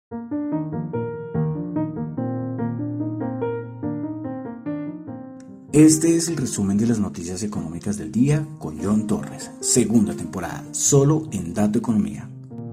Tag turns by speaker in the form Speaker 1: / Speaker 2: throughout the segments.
Speaker 1: Este es el resumen de las noticias económicas del día con John Torres, segunda temporada, solo en Dato Economía.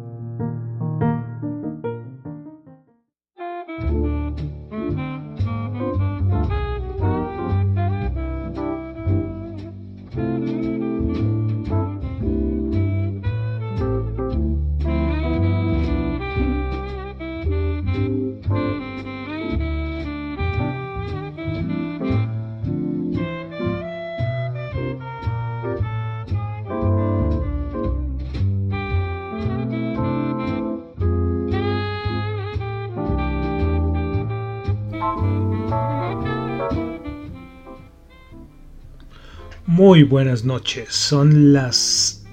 Speaker 2: Muy buenas noches, son las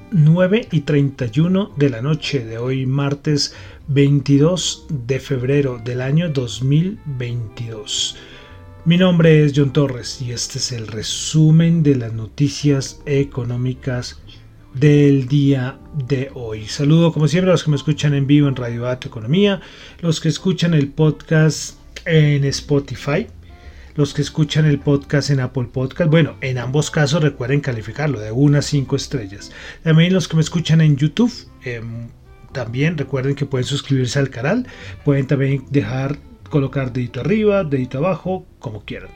Speaker 2: 9:31 de la noche de hoy, martes 22 de febrero del año 2022. Mi nombre es John Torres y este es el resumen de las noticias económicas del día de hoy. Saludo como siempre a los que me escuchan en vivo en Radio Dato Economía, los que escuchan el podcast en Spotify, los que escuchan el podcast en Apple Podcast. Bueno, en ambos casos recuerden calificarlo de 1 a 5 estrellas. También los que me escuchan en YouTube, también recuerden que pueden suscribirse al canal. Pueden también colocar dedito arriba, dedito abajo, como quieran.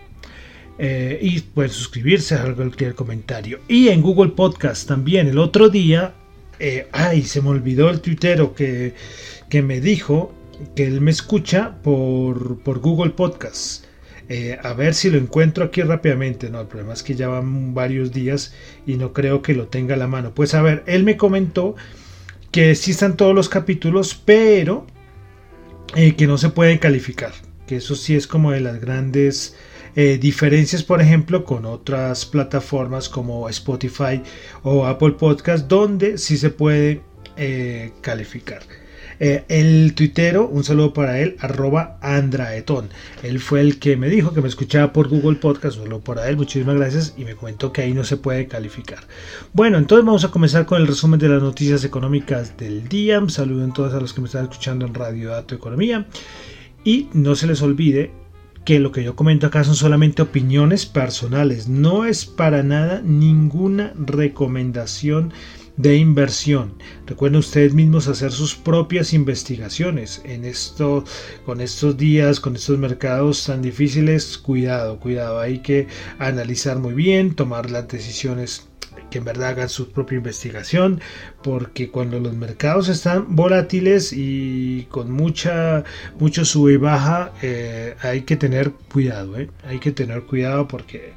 Speaker 2: Y pueden suscribirse, dejar cualquier comentario. Y en Google Podcast también. El otro día, se me olvidó el tuitero que me dijo que él me escucha por Google Podcast. A ver si lo encuentro aquí rápidamente. No, el problema es que ya van varios días y no creo que lo tenga a la mano. Pues a ver, él me comentó que sí están todos los capítulos, pero que no se pueden calificar. Que eso sí es como de las grandes diferencias, por ejemplo, con otras plataformas como Spotify o Apple Podcast, donde sí se puede calificar. El tuitero, un saludo para él, @Andraetón. Él fue el que me dijo que me escuchaba por Google Podcast, solo para él, muchísimas gracias, y me comentó que ahí no se puede calificar. Bueno, entonces vamos a comenzar con el resumen de las noticias económicas del día. Saludo a todos a los que me están escuchando en Radio Dato Economía. Y no se les olvide que lo que yo comento acá son solamente opiniones personales, no es para nada ninguna recomendación de inversión. Recuerden ustedes mismos hacer sus propias investigaciones en esto, con estos días, con estos mercados tan difíciles. Cuidado, hay que analizar muy bien, tomar las decisiones que en verdad hagan su propia investigación, porque cuando los mercados están volátiles y con mucho sube y baja, hay que tener cuidado, hay que tener cuidado porque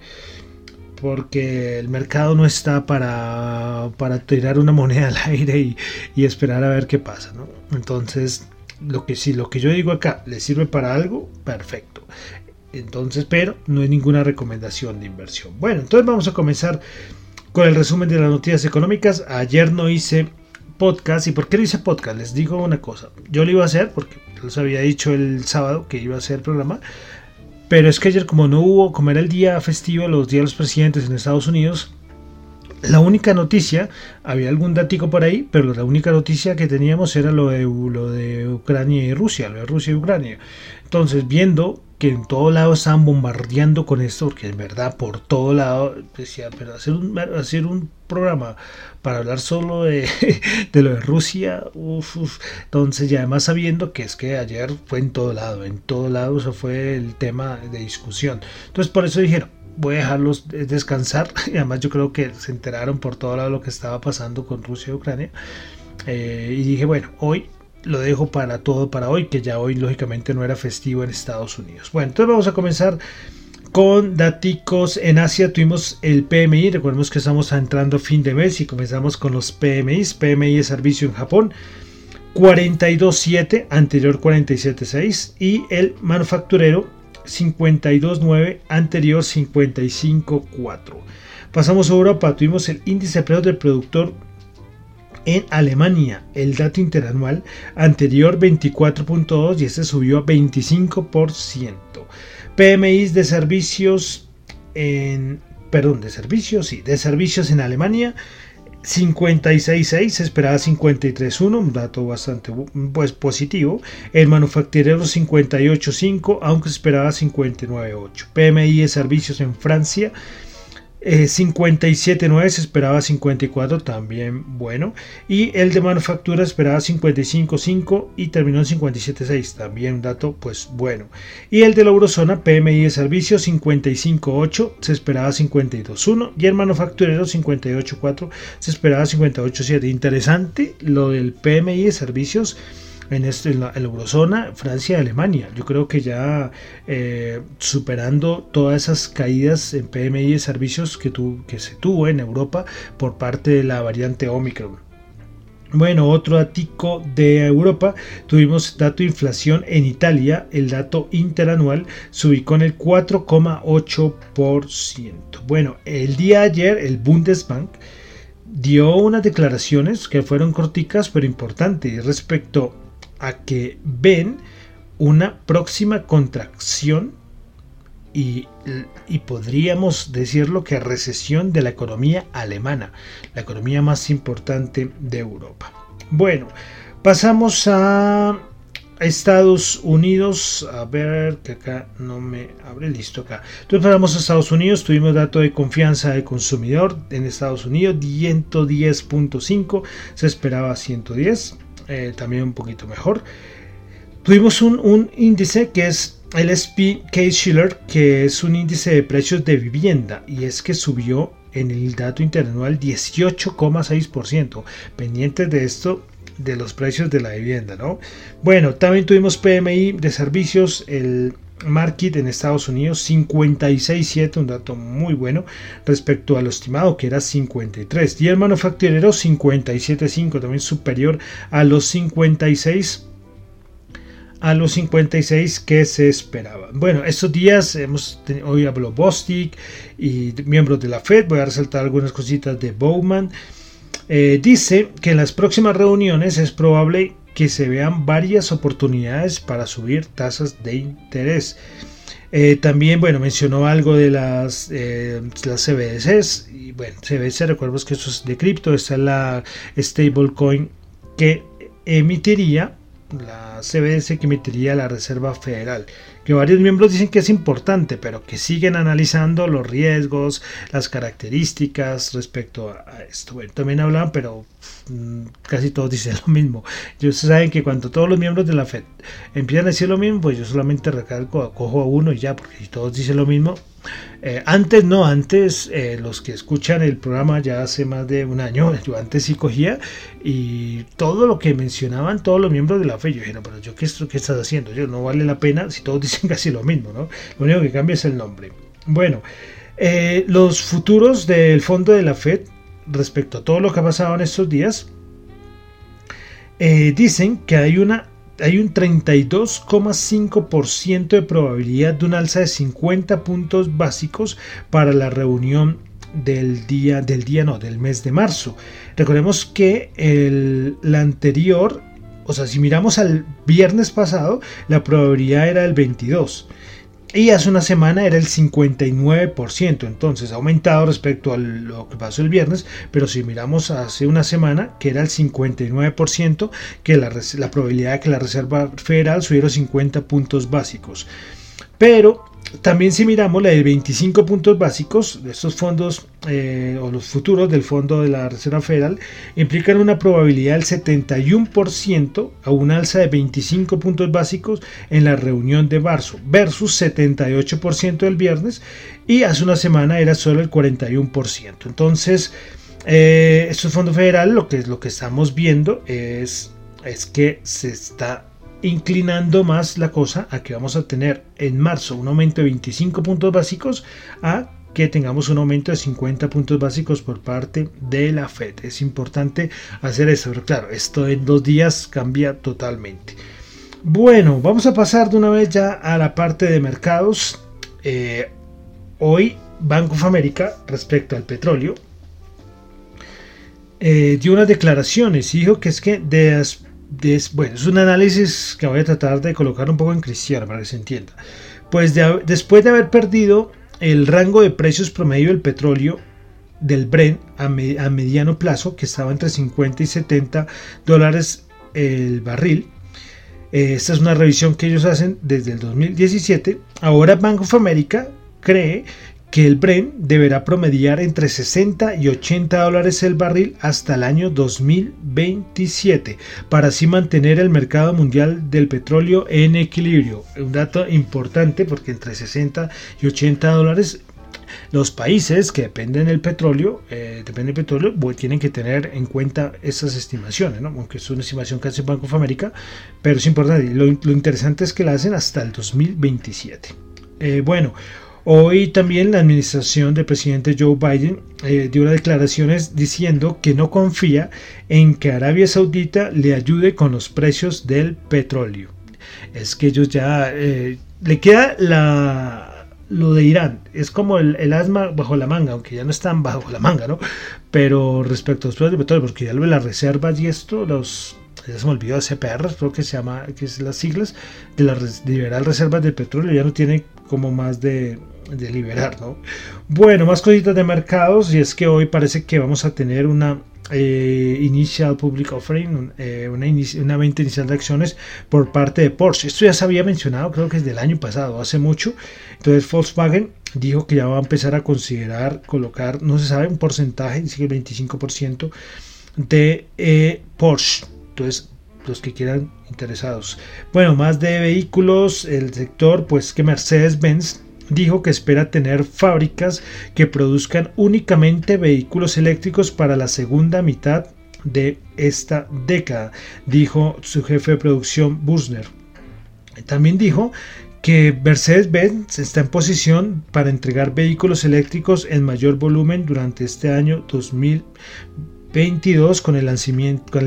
Speaker 2: el mercado no está para tirar una moneda al aire y esperar a ver qué pasa, ¿no? Entonces, lo que yo digo acá le sirve para algo, perfecto. Entonces, pero no hay ninguna recomendación de inversión. Bueno, entonces vamos a comenzar con el resumen de las noticias económicas. Ayer no hice podcast. ¿Y por qué no hice podcast? Les digo una cosa. Yo lo iba a hacer porque les había dicho el sábado que iba a hacer el programa. Pero es que ayer, como era el día festivo, los días de los presidentes en Estados Unidos, la única noticia, había algún datico por ahí, pero la única noticia que teníamos era lo de Ucrania y Rusia, lo de Rusia y Ucrania. Entonces, viendo que en todo lado estaban bombardeando con esto, porque en verdad por todo lado decía, pero hacer un programa para hablar solo de lo de Rusia, entonces, y además sabiendo que es que ayer fue en todo lado eso fue el tema de discusión. Entonces por eso dijeron, voy a dejarlos descansar, y además yo creo que se enteraron por todo lado lo que estaba pasando con Rusia y Ucrania, y dije, bueno, hoy lo dejo para hoy, que ya hoy lógicamente no era festivo en Estados Unidos. Bueno, entonces vamos a comenzar con daticos. En Asia tuvimos el PMI, recordemos que estamos entrando a fin de mes y comenzamos con los PMIs. PMI de servicio en Japón 42.7, anterior 47.6, y el manufacturero 52.9, anterior 55.4. Pasamos a Europa, tuvimos el índice de precios del productor en Alemania, el dato interanual, anterior 24.2 y este subió a 25%. PMI de servicios en Alemania 56.6, se esperaba 53.1, un dato bastante pues positivo. El manufacturero 58.5, aunque se esperaba 59.8. PMI de servicios en Francia 57.9, se esperaba 54, también bueno. Y el de manufactura esperaba 55.5 y terminó en 57.6, también un dato pues bueno. Y el de la eurozona, PMI de servicios 55.8, se esperaba 52.1 y el manufacturero 58.4, se esperaba 58.7. Interesante lo del PMI de servicios en la eurozona, Francia y Alemania. Yo creo que ya superando todas esas caídas en PMI de servicios que se tuvo en Europa por parte de la variante Omicron. Bueno, otro dato de Europa, tuvimos dato de inflación en Italia, el dato interanual se ubicó en el 4,8%. Bueno, el día de ayer el Bundesbank dio unas declaraciones que fueron corticas pero importantes respecto a que ven una próxima contracción y podríamos decirlo que recesión de la economía alemana, la economía más importante de Europa. Bueno, pasamos a Estados Unidos, a ver que acá no me abre, listo acá. Entonces pasamos a Estados Unidos, tuvimos dato de confianza del consumidor en Estados Unidos, 110.5, se esperaba 110. También un poquito mejor. Tuvimos un índice que es el SP Case-Shiller, que es un índice de precios de vivienda, y es que subió en el dato interanual 18,6%. Pendientes de esto, de los precios de la vivienda, ¿no? Bueno, también tuvimos PMI de servicios, el Market en Estados Unidos 56.7, un dato muy bueno respecto a lo estimado que era 53, y el manufacturero 57.5, también superior a los 56 que se esperaba. Bueno, estos días hoy habló Bostic y miembros de la Fed. Voy a resaltar algunas cositas de Bowman. Dice que en las próximas reuniones es probable que se vean varias oportunidades para subir tasas de interés. También, bueno, mencionó algo de las CBDCs. Y bueno, CBDC, recordemos que eso es de cripto. Esta es la stablecoin que emitiría, la CBDC que emitiría la Reserva Federal, que varios miembros dicen que es importante, pero que siguen analizando los riesgos, las características respecto a esto. Bueno, también hablan, pero casi todos dicen lo mismo. Ustedes saben que cuando todos los miembros de la Fed empiezan a decir lo mismo, pues yo solamente cojo a uno y ya, porque si todos dicen lo mismo. Antes los que escuchan el programa ya hace más de un año, yo antes sí cogía y todo lo que mencionaban todos los miembros de la FED, yo dije, no, pero yo ¿qué estás haciendo? Yo, no vale la pena si todos dicen casi lo mismo, ¿no? Lo único que cambia es el nombre. Bueno, los futuros del fondo de la FED respecto a todo lo que ha pasado en estos días, dicen que hay un 32,5% de probabilidad de un alza de 50 puntos básicos para la reunión del mes de marzo. Recordemos que la anterior, o sea, si miramos al viernes pasado, la probabilidad era del 22%. Y hace una semana era el 59%, entonces ha aumentado respecto a lo que pasó el viernes, pero si miramos hace una semana, que era el 59%, que la probabilidad de que la Reserva Federal subiera 50 puntos básicos. Pero también si miramos la de 25 puntos básicos de estos fondos o los futuros del fondo de la Reserva Federal, implican una probabilidad del 71% a un alza de 25 puntos básicos en la reunión de marzo versus 78% del viernes, y hace una semana era solo el 41%. Entonces estos fondos federales, lo que estamos viendo es que se está inclinando más la cosa a que vamos a tener en marzo un aumento de 25 puntos básicos a que tengamos un aumento de 50 puntos básicos por parte de la Fed. Es importante hacer eso, pero claro, esto en 2 días cambia totalmente. Bueno, vamos a pasar de una vez ya a la parte de mercados. Hoy Bank of America, respecto al petróleo, dio unas declaraciones y dijo que es que bueno, es un análisis que voy a tratar de colocar un poco en cristiano para que se entienda. Pues después de haber perdido el rango de precios promedio del petróleo del Brent a mediano plazo, que estaba entre 50 y 70 dólares el barril. Esta es una revisión que ellos hacen desde el 2017. Ahora Bank of America cree que el Brent deberá promediar entre 60 y 80 dólares el barril hasta el año 2027, para así mantener el mercado mundial del petróleo en equilibrio. Un dato importante, porque entre 60 y 80 dólares los países que dependen del petróleo, tienen que tener en cuenta estas estimaciones, ¿no? Aunque es una estimación que hace Banco of America, pero es importante. Lo interesante es que la hacen hasta el 2027. Hoy también la administración del presidente Joe Biden dio unas declaraciones diciendo que no confía en que Arabia Saudita le ayude con los precios del petróleo. Es que ellos ya le queda lo de Irán, es como el asma bajo la manga, aunque ya no están bajo la manga, ¿no? Pero respecto a los precios del petróleo, porque ya lo de las reservas y esto, ya se me olvidó, CPR, creo que se llama, que es las siglas de liberar reservas del petróleo, ya no tiene como más de liberar, ¿no? Bueno, más cositas de mercados, y es que hoy parece que vamos a tener una initial public offering, una venta inicial de acciones por parte de Porsche. Esto ya se había mencionado, creo que es del año pasado, hace mucho. Entonces Volkswagen dijo que ya va a empezar a considerar colocar, no se sabe un porcentaje, dice que el 25% de Porsche. Entonces, los que quieran interesados. Bueno, más de vehículos, el sector, pues que Mercedes-Benz dijo que espera tener fábricas que produzcan únicamente vehículos eléctricos para la segunda mitad de esta década, dijo su jefe de producción Bussner. También dijo que Mercedes-Benz está en posición para entregar vehículos eléctricos en mayor volumen durante este año 2022 con el lanzamiento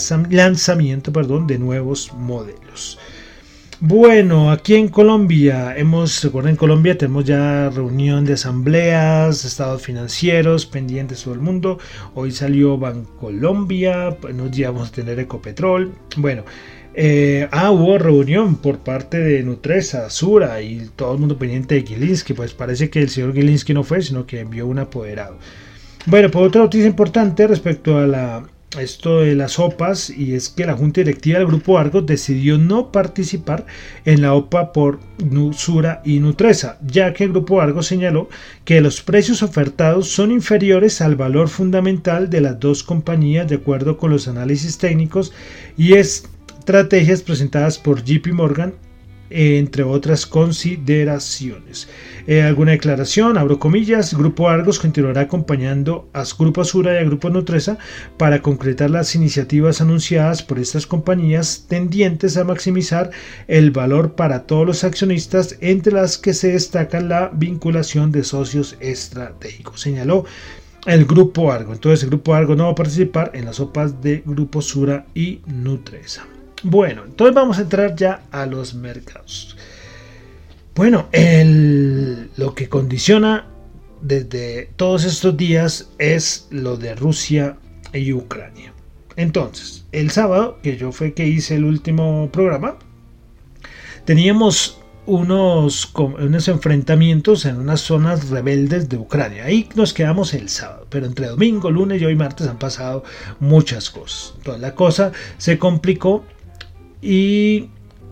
Speaker 2: de nuevos modelos. Bueno, aquí en Colombia, recuerden, en Colombia tenemos ya reunión de asambleas, estados financieros pendientes todo el mundo. Hoy salió Bancolombia, unos días vamos a tener Ecopetrol. Bueno, hubo reunión por parte de Nutresa, Sura y todo el mundo pendiente de Gilinski. Pues parece que el señor Gilinski no fue, sino que envió un apoderado. Bueno, pues otra noticia importante respecto a esto de las OPAs, y es que la junta directiva del Grupo Argos decidió no participar en la OPA por Sura y Nutresa, ya que el Grupo Argos señaló que los precios ofertados son inferiores al valor fundamental de las dos compañías de acuerdo con los análisis técnicos y estrategias presentadas por JP Morgan, entre otras consideraciones. Alguna declaración, abro comillas, Grupo Argos continuará acompañando a Grupo Sura y a Grupo Nutresa para concretar las iniciativas anunciadas por estas compañías tendientes a maximizar el valor para todos los accionistas, entre las que se destaca la vinculación de socios estratégicos, señaló el Grupo Argos. Entonces el Grupo Argos no va a participar en las OPAs de Grupo Sura y Nutresa. Bueno, entonces vamos a entrar ya a los mercados. Bueno, lo que condiciona desde todos estos días es lo de Rusia y Ucrania. Entonces, el sábado, que yo fue que hice el último programa, teníamos unos enfrentamientos en unas zonas rebeldes de Ucrania. Ahí nos quedamos el sábado, pero entre domingo, lunes y hoy martes han pasado muchas cosas. Entonces la cosa se complicó y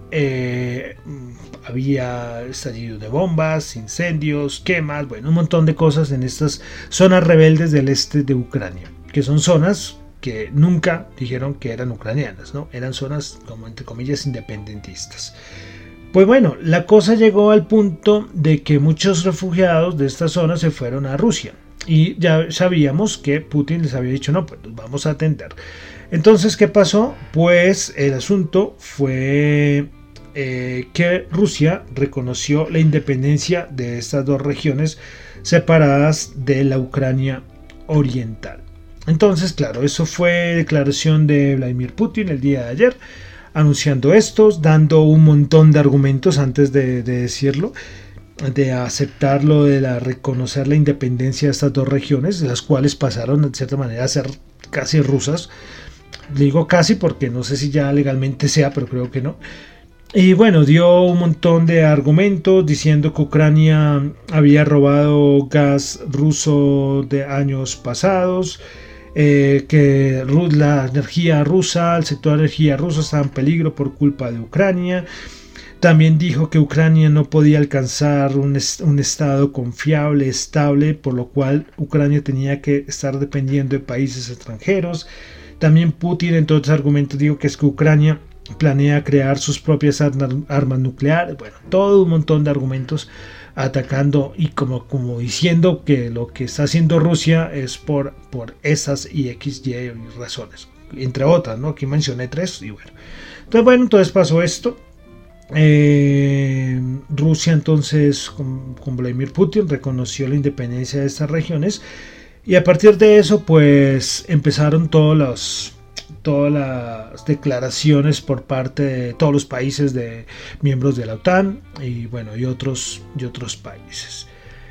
Speaker 2: había estallidos de bombas, incendios, quemas, bueno, un montón de cosas en estas zonas rebeldes del este de Ucrania, que son zonas que nunca dijeron que eran ucranianas, ¿no? Eran zonas, como entre comillas, independentistas. Pues bueno, la cosa llegó al punto de que muchos refugiados de esta zona se fueron a Rusia. Y ya sabíamos que Putin les había dicho, no, pues nos vamos a atender. Entonces, ¿qué pasó? Pues el asunto fue que Rusia reconoció la independencia de estas dos regiones separadas de la Ucrania oriental. Entonces, claro, eso fue declaración de Vladimir Putin el día de ayer, anunciando esto, dando un montón de argumentos antes de decirlo, de aceptarlo, de reconocer la independencia de estas dos regiones, de las cuales pasaron de cierta manera a ser casi rusas. Digo casi porque no sé si ya legalmente sea, pero creo que no. Y bueno, dio un montón de argumentos diciendo que Ucrania había robado gas ruso de años pasados, que la energía rusa, el sector de energía ruso estaba en peligro por culpa de Ucrania. También dijo que Ucrania no podía alcanzar un estado confiable, estable, por lo cual Ucrania tenía que estar dependiendo de países extranjeros. También Putin, entre otros argumentos, dijo que es que Ucrania planea crear sus propias armas nucleares. Bueno, todo un montón de argumentos atacando y como diciendo que lo que está haciendo Rusia es por esas y XY razones, entre otras, ¿no? Aquí mencioné 3 y bueno. Entonces pasó esto. Rusia entonces con Vladimir Putin reconoció la independencia de estas regiones y a partir de eso pues empezaron todas las declaraciones por parte de todos los países de miembros de la OTAN y bueno y otros países.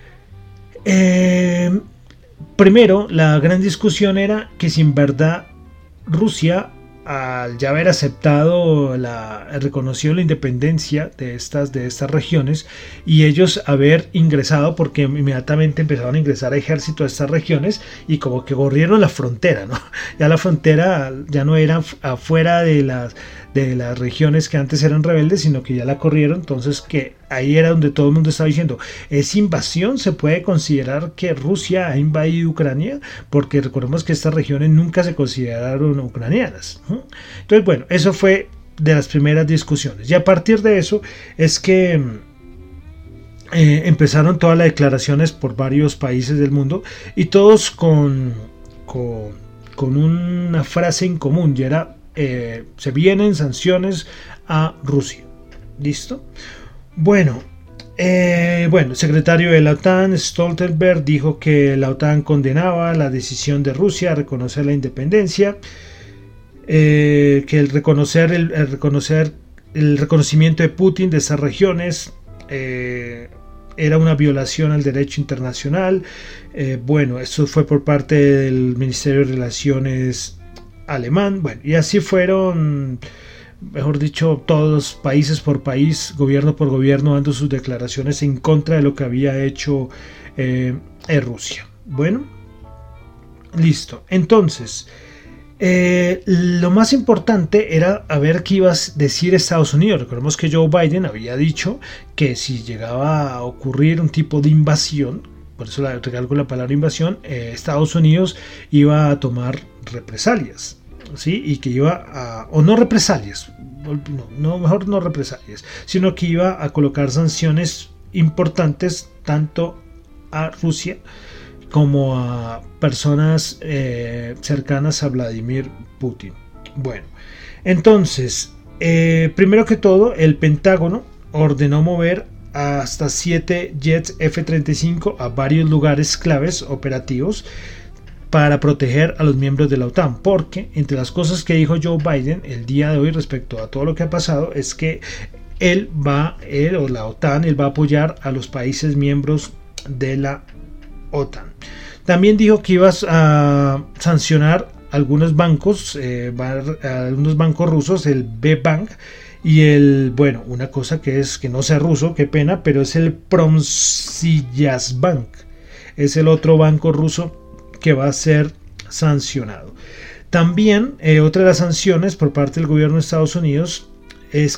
Speaker 2: Primero la gran discusión era que si en verdad Rusia, al ya haber aceptado reconocido la independencia de estas regiones y ellos haber ingresado, porque inmediatamente empezaron a ingresar ejército a estas regiones y como que corrieron la frontera, ¿no? Ya la frontera ya no era afuera de las regiones que antes eran rebeldes, sino que ya la corrieron. Entonces que ahí era donde todo el mundo estaba diciendo, ¿es invasión? ¿Se puede considerar que Rusia ha invadido Ucrania? Porque recordemos que estas regiones nunca se consideraron ucranianas. Entonces bueno, eso fue de las primeras discusiones y a partir de eso es que empezaron todas las declaraciones por varios países del mundo y todos con una frase en común, y era se vienen sanciones a Rusia. ¿Listo? Bueno, el secretario de la OTAN, Stoltenberg, dijo que la OTAN condenaba la decisión de Rusia a reconocer la independencia, que el reconocimiento de Putin de esas regiones era una violación al derecho internacional. Bueno, eso fue por parte del Ministerio de Relaciones alemán. Bueno, y así fueron, mejor dicho, todos países por país, gobierno por gobierno, dando sus declaraciones en contra de lo que había hecho Rusia. Bueno, listo. Entonces, lo más importante era a ver qué iba a decir Estados Unidos. Recordemos que Joe Biden había dicho que si llegaba a ocurrir un tipo de invasión, por eso recalco la palabra invasión, Estados Unidos iba a tomar represalias, ¿sí? Y que iba a, o no represalias, mejor no represalias, sino que iba a colocar sanciones importantes tanto a Rusia como a personas cercanas a Vladimir Putin. Bueno, entonces, primero que todo, el Pentágono ordenó mover hasta 7 jets F-35 a varios lugares claves operativos para proteger a los miembros de la OTAN, porque entre las cosas que dijo Joe Biden el día de hoy respecto a todo lo que ha pasado es que él o la OTAN va a apoyar a los países miembros de la OTAN. También dijo que iba a sancionar algunos bancos, algunos bancos rusos, el B-Bank y una cosa que no sea ruso, qué pena, pero es el Pромsvyazbank, es el otro banco ruso que va a ser sancionado. También otra de las sanciones por parte del gobierno de Estados Unidos es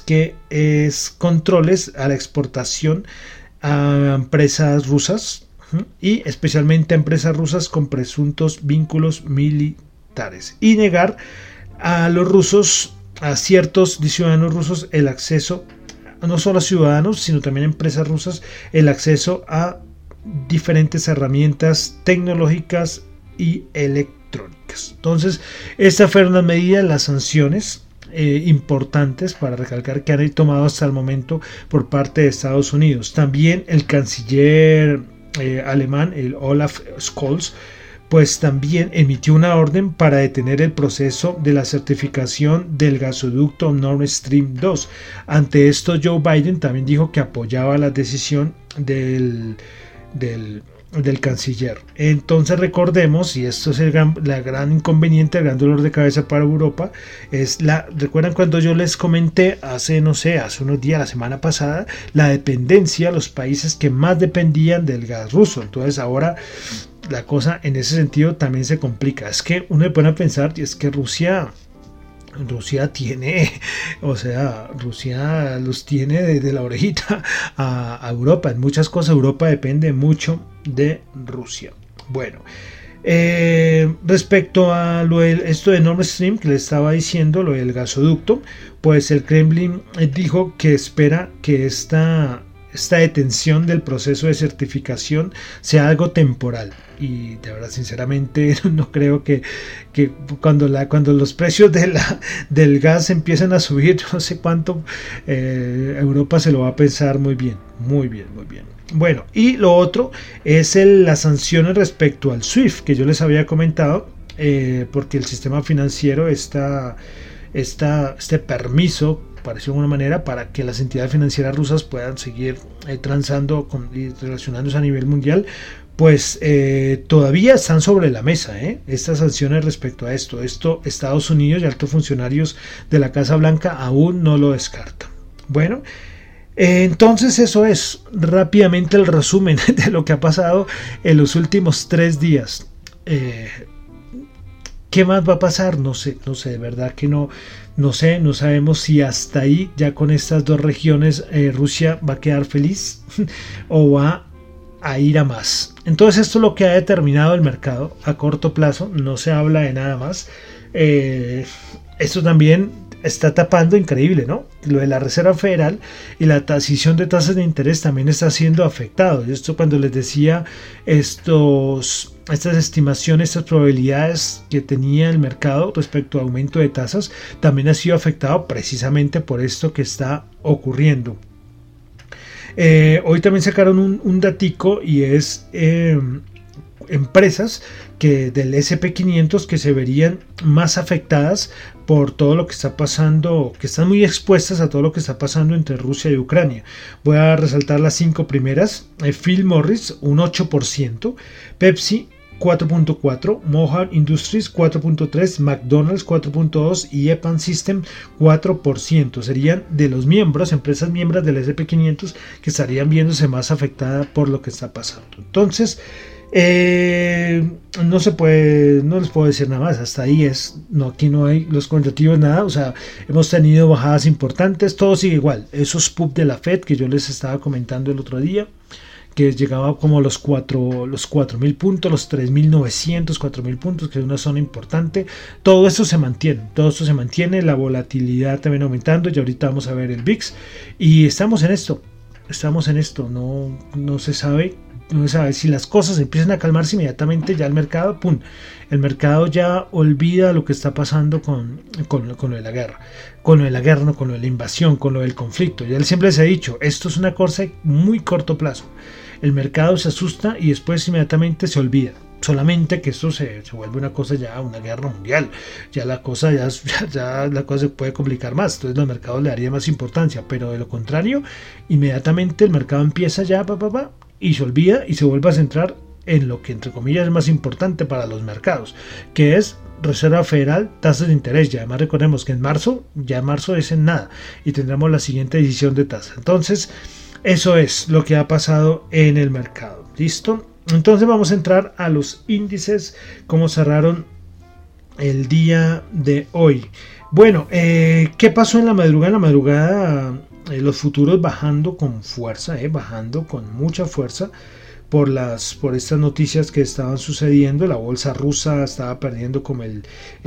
Speaker 2: controles a la exportación a empresas rusas y especialmente a empresas rusas con presuntos vínculos militares y negar a los rusos, a ciertos ciudadanos rusos, el acceso, no solo a ciudadanos sino también a empresas rusas, el acceso a diferentes herramientas tecnológicas y electrónicas. Entonces, estas fueron las medidas, las sanciones importantes para recalcar que han tomado hasta el momento por parte de Estados Unidos. También el canciller alemán, el Olaf Scholz, pues también emitió una orden para detener el proceso de la certificación del gasoducto Nord Stream 2. Ante esto, Joe Biden también dijo que apoyaba la decisión del del canciller. Entonces recordemos, y esto es la gran inconveniente, el gran dolor de cabeza para Europa, recuerdan cuando yo les comenté hace unos días, la semana pasada, la dependencia, los países que más dependían del gas ruso. Entonces ahora la cosa en ese sentido también se complica. Es que uno se pone a pensar, y es que Rusia tiene, Rusia los tiene desde la orejita a Europa. En muchas cosas Europa depende mucho de Rusia. Bueno, respecto a esto de Nord Stream que le estaba diciendo, lo del gasoducto, pues el Kremlin dijo que espera que esta detención del proceso de certificación sea algo temporal, y de verdad sinceramente no creo que cuando los precios del gas empiezan a subir, no sé cuánto, Europa se lo va a pensar muy bien. Bueno, y lo otro es las sanciones respecto al SWIFT que yo les había comentado, porque el sistema financiero este permiso, pareció de alguna manera, para que las entidades financieras rusas puedan seguir transando y relacionándose a nivel mundial, pues todavía están sobre la mesa, estas sanciones respecto a esto. Estados Unidos y altos funcionarios de la Casa Blanca aún no lo descartan. Bueno, entonces eso es rápidamente el resumen de lo que ha pasado en los últimos 3 días. ¿Qué más va a pasar? No sé, de verdad que no sabemos si hasta ahí, ya con estas 2 regiones, Rusia va a quedar feliz o va a ir a más. Entonces esto es lo que ha determinado el mercado a corto plazo, no se habla de nada más. Esto también está tapando, increíble, ¿no? Lo de la Reserva Federal y la decisión de tasas de interés también está siendo afectado. Y esto, cuando les decía estas estimaciones, estas probabilidades que tenía el mercado respecto a aumento de tasas, también ha sido afectado precisamente por esto que está ocurriendo. Hoy también sacaron un datico, y es empresas del SP500 que se verían más afectadas por todo lo que está pasando, que están muy expuestas a todo lo que está pasando entre Rusia y Ucrania. Voy a resaltar las 5 primeras. Philip Morris, un 8%, Pepsi 4.4%, Mohawk Industries 4.3%, McDonald's 4.2% y EPAM System 4%. Serían de los empresas miembros del SP500 que estarían viéndose más afectadas por lo que está pasando. Entonces, no les puedo decir nada más, hasta ahí aquí no hay los cuantitativos, nada. O sea, hemos tenido bajadas importantes, todo sigue igual. Esos PUP de la Fed que yo les estaba comentando el otro día, que llegaba como los 4.000 puntos, los 3.900, 4.000 puntos, que es una zona importante. Todo esto se mantiene, la volatilidad también aumentando, y ahorita vamos a ver el VIX, y estamos en esto, no se sabe si las cosas empiezan a calmarse inmediatamente. Ya el mercado ya olvida lo que está pasando con lo de la guerra, con lo de la invasión, con lo del conflicto. Ya siempre les he dicho, esto es una cosa muy corto plazo. El mercado se asusta y después inmediatamente se olvida. Solamente que esto se vuelve una cosa, ya una guerra mundial, ya la cosa se puede complicar más, entonces los mercados le darían más importancia, pero de lo contrario, inmediatamente el mercado empieza ya y se olvida y se vuelve a centrar en lo que entre comillas es más importante para los mercados, que es Reserva Federal, tasas de interés. Y además recordemos que en marzo es en nada, y tendremos la siguiente decisión de tasa. Entonces eso es lo que ha pasado en el mercado. ¿Listo? Entonces vamos a entrar a los índices, cómo cerraron el día de hoy. Bueno, ¿qué pasó en la madrugada? En la madrugada los futuros bajando con fuerza, bajando con mucha fuerza por estas noticias que estaban sucediendo. La bolsa rusa estaba perdiendo como el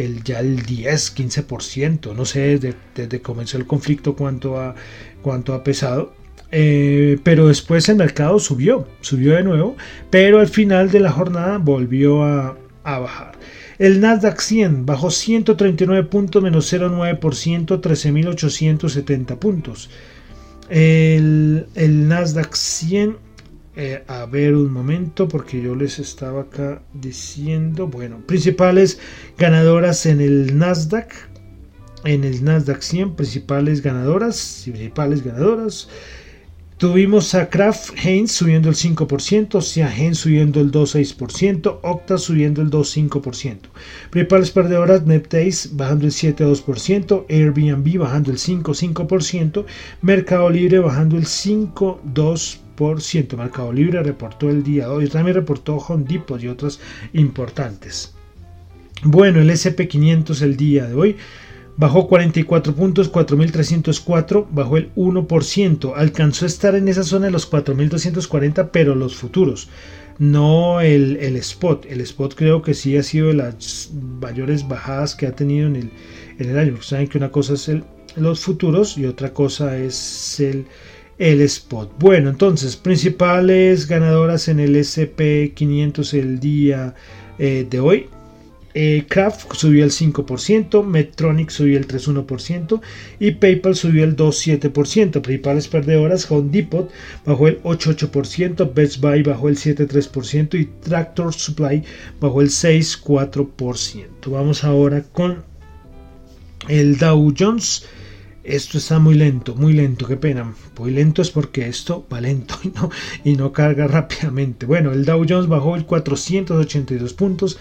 Speaker 2: 10-15%, no sé desde que comenzó el conflicto cuánto ha pesado. Pero después el mercado subió de nuevo, pero al final de la jornada volvió a bajar. El Nasdaq 100 bajó 139 puntos, menos 0,9%, 13.870 puntos. El Nasdaq 100, a ver un momento, porque yo les estaba acá diciendo, bueno, principales ganadoras en el Nasdaq 100, principales ganadoras. Tuvimos a Kraft Heinz subiendo el 5%, Ciagen subiendo el 2,6%, Octa subiendo el 2,5%. Principales perdedoras, NetEase bajando el 7,2%, Airbnb bajando el 5,5%, Mercado Libre bajando el 5,2%. Mercado Libre reportó el día de hoy, también reportó Home Depot y otras importantes. Bueno, el SP500 el día de hoy bajó 44 puntos, 4.304, bajó el 1%, alcanzó a estar en esa zona de los 4.240, pero los futuros, no el spot. El spot creo que sí ha sido de las mayores bajadas que ha tenido en el año, porque saben que una cosa es los futuros y otra cosa es el spot. Bueno, entonces, principales ganadoras en el SP500 el día de hoy. Kraft subió el 5%, Medtronic subió el 3,1% y PayPal subió el 2,7%. Principales perdedoras, Home Depot bajó el 8,8%, Best Buy bajó el 7,3% y Tractor Supply bajó el 6,4%. Vamos ahora con el Dow Jones. Esto está muy lento, qué pena. Muy lento es porque esto va lento y no carga rápidamente. Bueno, el Dow Jones bajó el 482 puntos,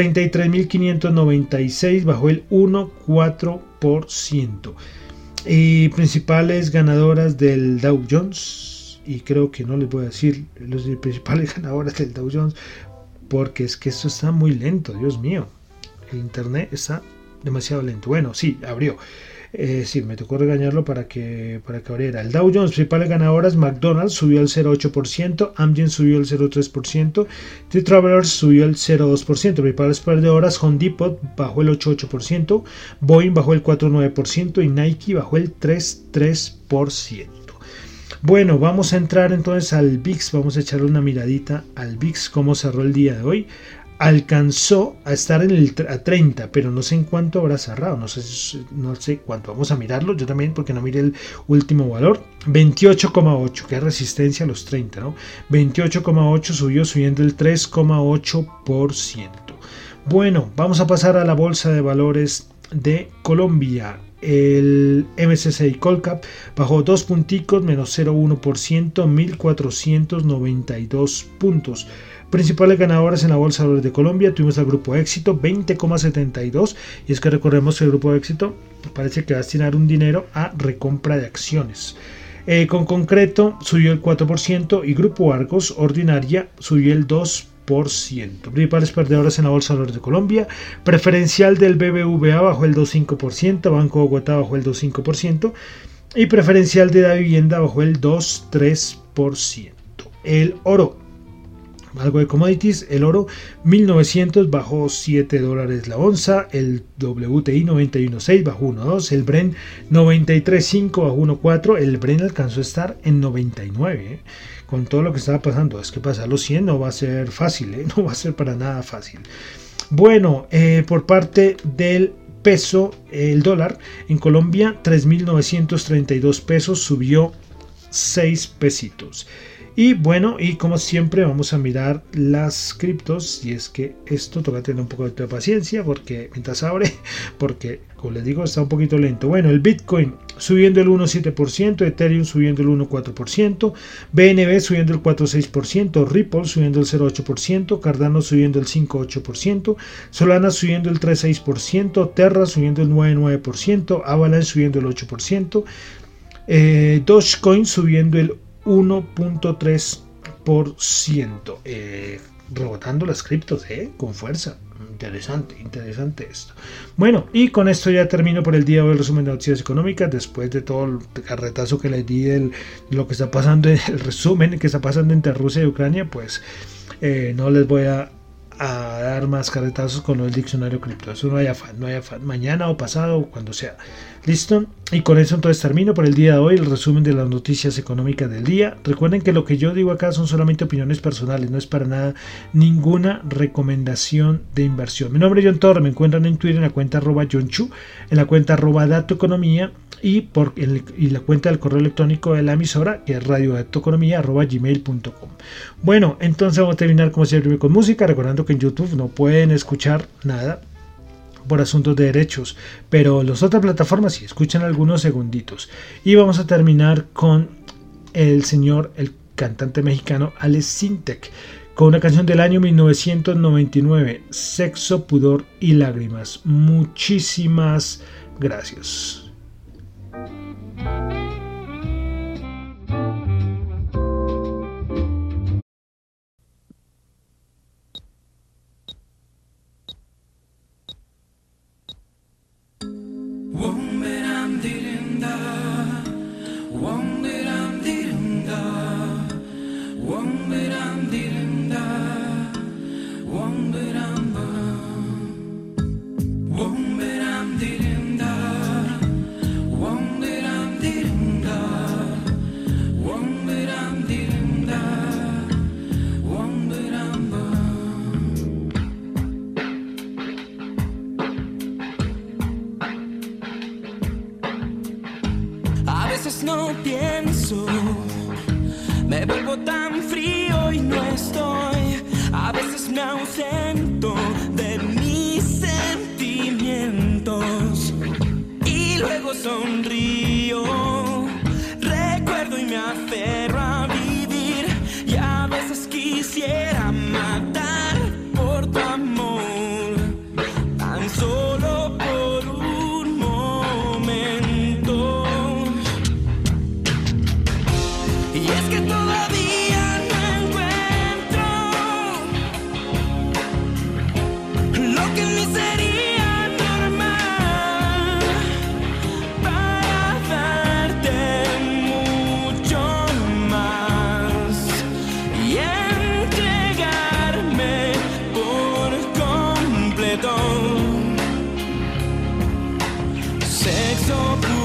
Speaker 2: 33.596, bajó el 1,4%. Y principales ganadoras del Dow Jones, y creo que no les voy a decir los principales ganadoras del Dow Jones, porque es que esto está muy lento, Dios mío. El internet está demasiado lento. Bueno, sí, abrió. Sí, me tocó regañarlo para que abriera. El Dow Jones, principales ganadoras, McDonald's subió el 0,8%, Amgen subió el 0,3%, T-Travelers subió el 0,2%, principales perdedoras, Home Depot bajó el 8,8%, Boeing bajó el 4,9% y Nike bajó el 3,3%. Bueno, vamos a entrar entonces al VIX, vamos a echarle una miradita al VIX, cómo cerró el día de hoy. Alcanzó a estar a 30, pero no sé en cuánto habrá cerrado, no sé cuánto, vamos a mirarlo, yo también porque no miré el último valor, 28,8, que es resistencia a los 30, ¿no? 28,8 subiendo el 3,8%. Bueno, vamos a pasar a la bolsa de valores de Colombia. El MSCI Colcap bajó 2 punticos, menos 0,1%, 1.492 puntos. Principales ganadoras en la Bolsa de Valores de Colombia, tuvimos al Grupo Éxito 20,72, y es que recordemos que el Grupo Éxito parece que va a destinar un dinero a recompra de acciones. Con Concreto subió el 4% y Grupo Argos Ordinaria subió el 2%. Principales perdedoras en la Bolsa de Valores de Colombia, preferencial del BBVA bajó el 2,5%, Banco de Bogotá bajó el 2,5% y preferencial de la vivienda bajó el 2,3%. El oro, algo de commodities, el oro 1900 bajó $7 la onza, el WTI 91.6 bajó 1.2, el Brent 93.5 bajó 1.4, el Brent alcanzó a estar en 99, con todo lo que estaba pasando. Es que pasar los 100 no va a ser fácil, no va a ser para nada fácil. Bueno, por parte del peso, el dólar en Colombia 3.932 pesos, subió 6 pesitos. Y bueno, y como siempre vamos a mirar las criptos, y es que esto toca tener un poco de paciencia porque mientras abre, porque como les digo está un poquito lento. Bueno, el Bitcoin subiendo el 1,7%, Ethereum subiendo el 1,4%, BNB subiendo el 4,6%, Ripple subiendo el 0,8%, Cardano subiendo el 5,8%, Solana subiendo el 3,6%, Terra subiendo el 9,9%, Avalanche subiendo el 8%, Dogecoin subiendo el 1,3%, rebotando las criptos, con fuerza. Interesante esto. Bueno, y con esto ya termino por el día de hoy el resumen de noticias económicas. Después de todo el carretazo que les di de lo que está pasando, el resumen que está pasando entre Rusia y Ucrania, pues no les voy a dar más carretazos con el diccionario cripto. Eso no hay afán, mañana o pasado o cuando sea. Listo, y con eso entonces termino por el día de hoy el resumen de las noticias económicas del día. Recuerden que lo que yo digo acá son solamente opiniones personales, no es para nada ninguna recomendación de inversión. Mi nombre es John Torres, me encuentran en Twitter en la cuenta @JohnChu, en la cuenta @DatoEconomía y la cuenta del correo electrónico de la emisora, que es radiodatoeconomía@gmail.com. Bueno, entonces vamos a terminar como siempre con música, recordando que en YouTube no pueden escuchar nada por asuntos de derechos, pero las otras plataformas sí escuchan algunos segunditos. Y vamos a terminar con el cantante mexicano Alex Sintek, con una canción del año 1999, Sexo, Pudor y Lágrimas. Muchísimas gracias.
Speaker 3: No pienso, me vuelvo tan frío y no estoy. A veces me ausento de mis sentimientos y luego sonrío. Recuerdo y me aferro a vivir, y a veces quisiera matar por tu amor, tan solo por un momento. Y es que todavía no encuentro lo que en mí sería normal para darte mucho más y entregarme por completo. Sexo puro